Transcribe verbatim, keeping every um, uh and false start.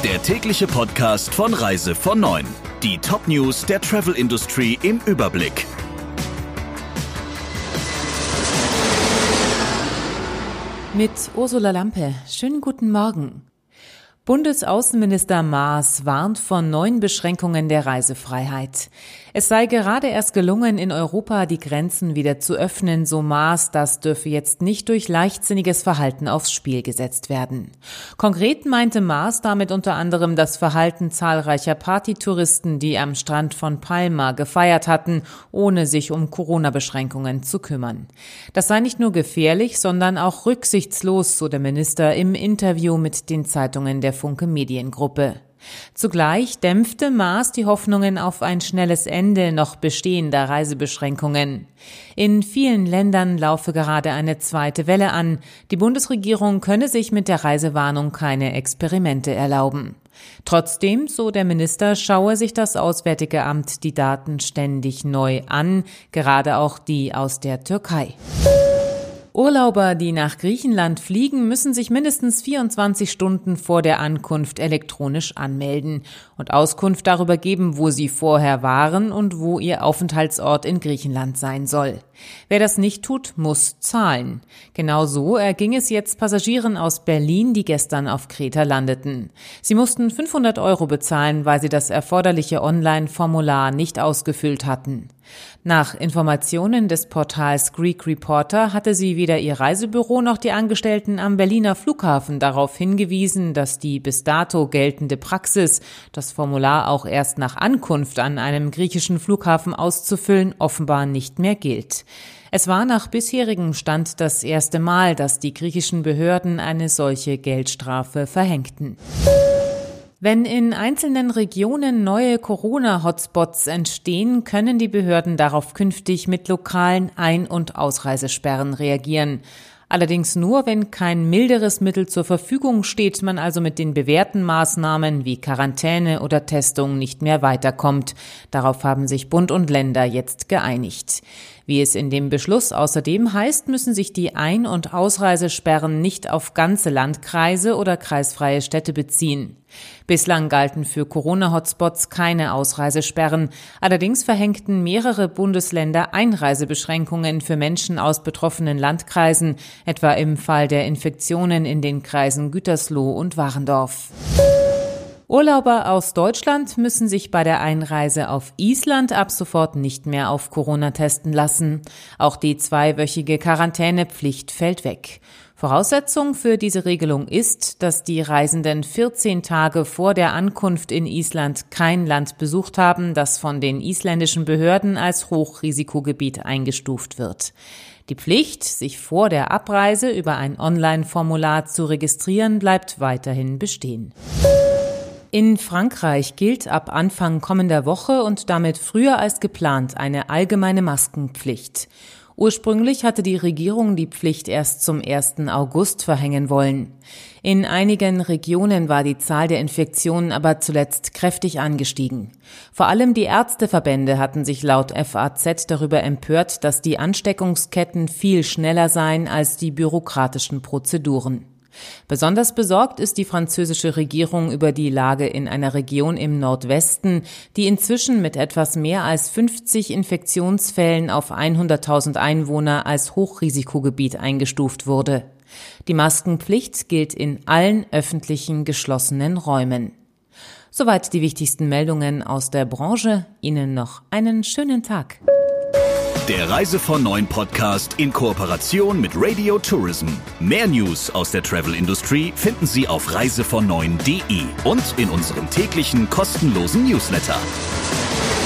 Der tägliche Podcast von Reise von neun. Die Top-News der Travel-Industrie im Überblick. Mit Ursula Lampe. Schönen guten Morgen. Bundesaußenminister Maas warnt vor neuen Beschränkungen der Reisefreiheit. Es sei gerade erst gelungen, in Europa die Grenzen wieder zu öffnen, so Maas. Das dürfe jetzt nicht durch leichtsinniges Verhalten aufs Spiel gesetzt werden. Konkret meinte Maas damit unter anderem das Verhalten zahlreicher Partytouristen, die am Strand von Palma gefeiert hatten, ohne sich um Corona-Beschränkungen zu kümmern. Das sei nicht nur gefährlich, sondern auch rücksichtslos, so der Minister im Interview mit den Zeitungen der Funke Mediengruppe. Zugleich dämpfte Maas die Hoffnungen auf ein schnelles Ende noch bestehender Reisebeschränkungen. In vielen Ländern laufe gerade eine zweite Welle an. Die Bundesregierung könne sich mit der Reisewarnung keine Experimente erlauben. Trotzdem, so der Minister, schaue sich das Auswärtige Amt die Daten ständig neu an, gerade auch die aus der Türkei. Urlauber, die nach Griechenland fliegen, müssen sich mindestens vierundzwanzig Stunden vor der Ankunft elektronisch anmelden und Auskunft darüber geben, wo sie vorher waren und wo ihr Aufenthaltsort in Griechenland sein soll. Wer das nicht tut, muss zahlen. Genau so erging es jetzt Passagieren aus Berlin, die gestern auf Kreta landeten. Sie mussten fünfhundert Euro bezahlen, weil sie das erforderliche Online-Formular nicht ausgefüllt hatten. Nach Informationen des Portals Greek Reporter hatte sie weder ihr Reisebüro noch die Angestellten am Berliner Flughafen darauf hingewiesen, dass die bis dato geltende Praxis, das Formular auch erst nach Ankunft an einem griechischen Flughafen auszufüllen, offenbar nicht mehr gilt. Es war nach bisherigem Stand das erste Mal, dass die griechischen Behörden eine solche Geldstrafe verhängten. Wenn in einzelnen Regionen neue Corona-Hotspots entstehen, können die Behörden darauf künftig mit lokalen Ein- und Ausreisesperren reagieren. Allerdings nur, wenn kein milderes Mittel zur Verfügung steht, man also mit den bewährten Maßnahmen wie Quarantäne oder Testung nicht mehr weiterkommt. Darauf haben sich Bund und Länder jetzt geeinigt. Wie es in dem Beschluss außerdem heißt, müssen sich die Ein- und Ausreisesperren nicht auf ganze Landkreise oder kreisfreie Städte beziehen. Bislang galten für Corona-Hotspots keine Ausreisesperren. Allerdings verhängten mehrere Bundesländer Einreisebeschränkungen für Menschen aus betroffenen Landkreisen, etwa im Fall der Infektionen in den Kreisen Gütersloh und Warendorf. Urlauber aus Deutschland müssen sich bei der Einreise auf Island ab sofort nicht mehr auf Corona testen lassen. Auch die zweiwöchige Quarantänepflicht fällt weg. Voraussetzung für diese Regelung ist, dass die Reisenden vierzehn Tage vor der Ankunft in Island kein Land besucht haben, das von den isländischen Behörden als Hochrisikogebiet eingestuft wird. Die Pflicht, sich vor der Abreise über ein Online-Formular zu registrieren, bleibt weiterhin bestehen. In Frankreich gilt ab Anfang kommender Woche und damit früher als geplant eine allgemeine Maskenpflicht. Ursprünglich hatte die Regierung die Pflicht erst zum ersten August verhängen wollen. In einigen Regionen war die Zahl der Infektionen aber zuletzt kräftig angestiegen. Vor allem die Ärzteverbände hatten sich laut F A Z darüber empört, dass die Ansteckungsketten viel schneller seien als die bürokratischen Prozeduren. Besonders besorgt ist die französische Regierung über die Lage in einer Region im Nordwesten, die inzwischen mit etwas mehr als fünfzig Infektionsfällen auf hunderttausend Einwohner als Hochrisikogebiet eingestuft wurde. Die Maskenpflicht gilt in allen öffentlichen geschlossenen Räumen. Soweit die wichtigsten Meldungen aus der Branche. Ihnen noch einen schönen Tag. Der Reise von neun Podcast in Kooperation mit Radio Tourism. Mehr News aus der Travel-Industrie finden Sie auf reise von neun punkt de und in unserem täglichen kostenlosen Newsletter.